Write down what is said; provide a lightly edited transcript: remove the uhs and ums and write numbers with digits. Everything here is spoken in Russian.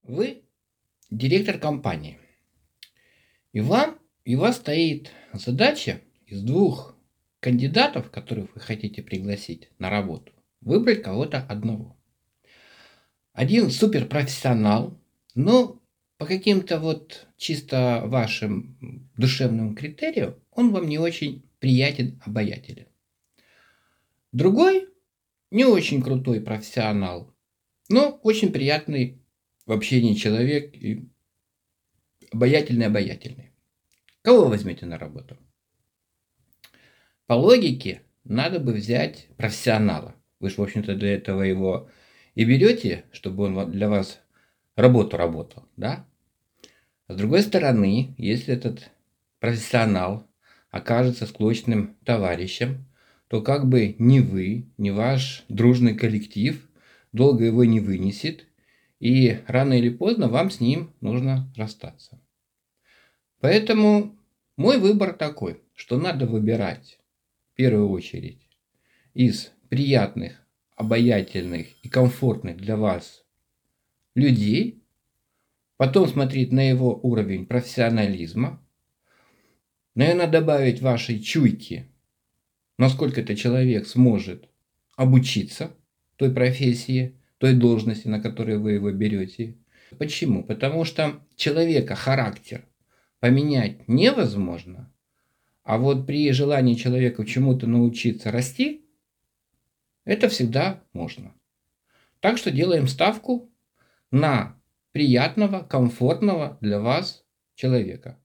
Вы директор компании, и у вас стоит задача из двух кандидатов, которых вы хотите пригласить на работу, выбрать кого-то одного. Один суперпрофессионал, но по каким-то вот чисто вашим душевным критериям он вам не очень приятен, обаятелен. Другой не очень крутой профессионал, но очень приятный в общении человек и обаятельный. Кого вы возьмете на работу? По логике, надо бы взять профессионала. Вы же, в общем-то, для этого его и берете, чтобы он для вас работу работал, да? А с другой стороны, если этот профессионал окажется склочным товарищем, то как бы ни вы, ни ваш дружный коллектив долго его не вынесет, и рано или поздно вам с ним нужно расстаться. Поэтому мой выбор такой, что надо выбирать в первую очередь из приятных, обаятельных и комфортных для вас людей, потом смотреть на его уровень профессионализма, наверное, добавить вашей чуйки, насколько этот человек сможет обучиться той профессии, той должности, на которой вы его берете. Почему? Потому что человека характер поменять невозможно, а вот при желании человека чему-то научиться расти, это всегда можно. Так что делаем ставку на приятного, комфортного для вас человека.